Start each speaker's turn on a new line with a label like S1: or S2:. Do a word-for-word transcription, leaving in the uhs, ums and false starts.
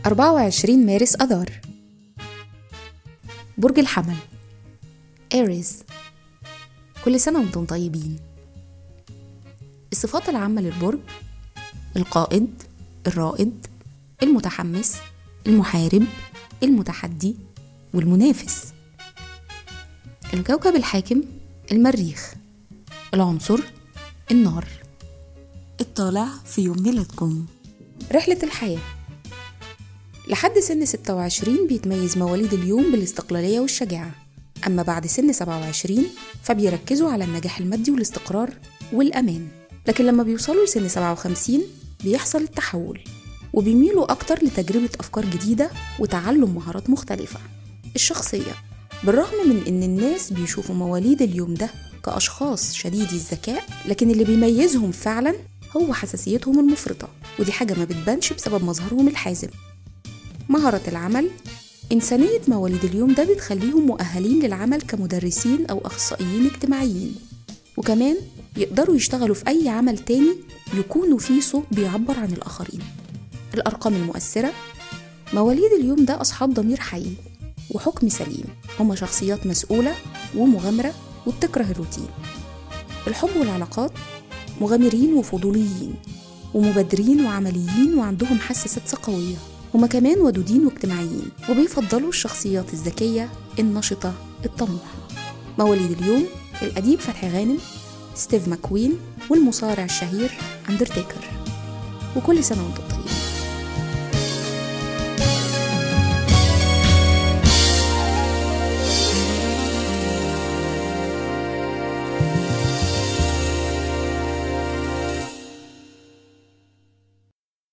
S1: أربعة وعشرين مارس أذار. برج الحمل إيريز. كل سنة وانتم طيبين. الصفات العامة للبرج: القائد، الرائد، المتحمس، المحارب، المتحدي، والمنافس. الكوكب الحاكم: المريخ. العنصر: النار.
S2: الطالع في يوم ميلادكم.
S1: رحلة الحياة: لحد سن ستة وعشرين بيتميز مواليد اليوم بالاستقلالية والشجاعة، أما بعد سن سبعة وعشرين فبيركزوا على النجاح المادي والاستقرار والأمان. لكن لما بيوصلوا لسن سبعة وخمسين بيحصل التحول وبيميلوا أكتر لتجربة أفكار جديدة وتعلم مهارات مختلفة. الشخصية: بالرغم من إن الناس بيشوفوا مواليد اليوم ده كأشخاص شديدي الذكاء، لكن اللي بيميزهم فعلا هو حساسيتهم المفرطة، ودي حاجة ما بتبانش بسبب مظهرهم الحازم. مهارة العمل: إنسانية مواليد اليوم ده بتخليهم مؤهلين للعمل كمدرسين أو أخصائيين اجتماعيين، وكمان يقدروا يشتغلوا في أي عمل تاني يكونوا فيه صوت بيعبر عن الآخرين. الأرقام المؤثرة: مواليد اليوم ده أصحاب ضمير حي وحكم سليم، هما شخصيات مسؤولة ومغامرة وبتكره الروتين. الحب والعلاقات: مغامرين وفضوليين ومبادرين وعمليين وعندهم حاسة صدق قوية، هما كمان ودودين واجتماعيين وبيفضلوا الشخصيات الذكية النشطة الطموحة. مواليد اليوم: الأديب فتحي غانم، ستيف ماكوين، والمصارع الشهير أندرتيكر. وكل سنة وانتم